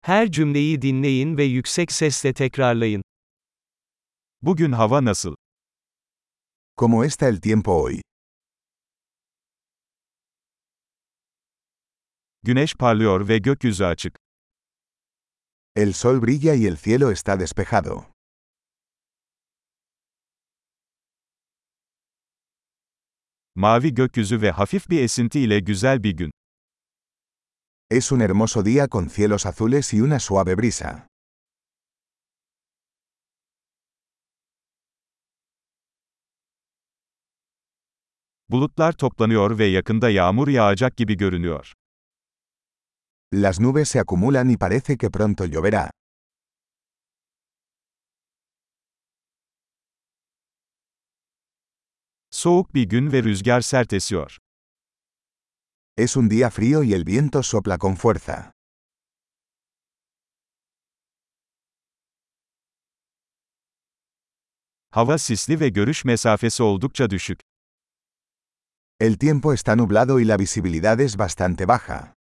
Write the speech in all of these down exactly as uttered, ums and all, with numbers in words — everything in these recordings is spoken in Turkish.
Her cümleyi dinleyin ve yüksek sesle tekrarlayın. Bugün hava nasıl? ¿Cómo está el tiempo hoy? Güneş parlıyor ve gökyüzü açık. El sol brilla y el cielo está despejado. Mavi gökyüzü ve hafif bir esinti ile güzel bir gün. Es un hermoso día con cielos azules y una suave brisa. Bulutlar toplanıyor ve yakında yağmur yağacak gibi görünüyor. Las nubes se acumulan y parece que pronto lloverá. Soğuk bir gün ve rüzgar sert esiyor. Es un día frío y el viento sopla con fuerza. Hava sisli ve görüş mesafesi oldukça düşük. El tiempo está nublado y la visibilidad es bastante baja.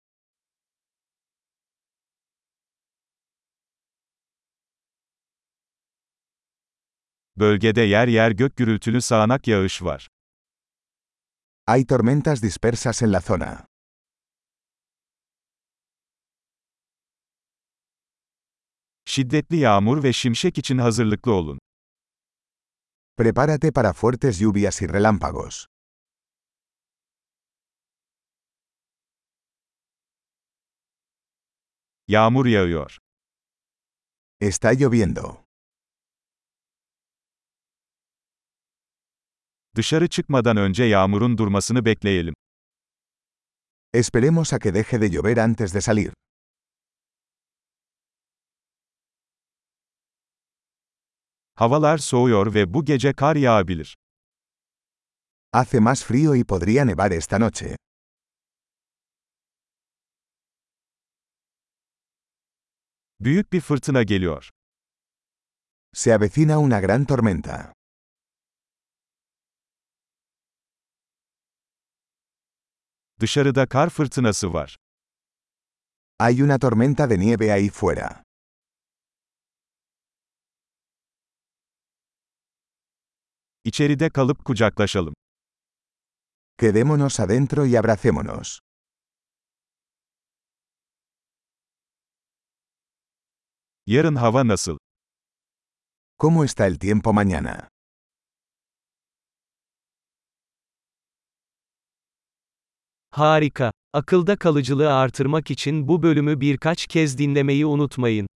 Bölgede yer yer gök gürültülü sağanak yağış var. Hay tormentas dispersas en la zona. Şiddetli yağmur ve şimşek için hazırlıklı olun. Prepárate para fuertes lluvias y relámpagos. Yağmur yağıyor. Está lloviendo. Dışarı çıkmadan önce yağmurun durmasını bekleyelim. Esperemos a que deje de llover antes de salir. Havalar soğuyor ve bu gece kar yağabilir. Hace más frío y podría nevar esta noche. Büyük bir fırtına geliyor. Se avecina una gran tormenta. Dışarıda kar fırtınası var. Hay una tormenta de nieve ahí fuera. İçeride kalıp kucaklaşalım. Quedémonos adentro y abracémonos. Yarın hava nasıl? ¿Cómo está el tiempo mañana? Harika. Akılda kalıcılığı artırmak için bu bölümü birkaç kez dinlemeyi unutmayın.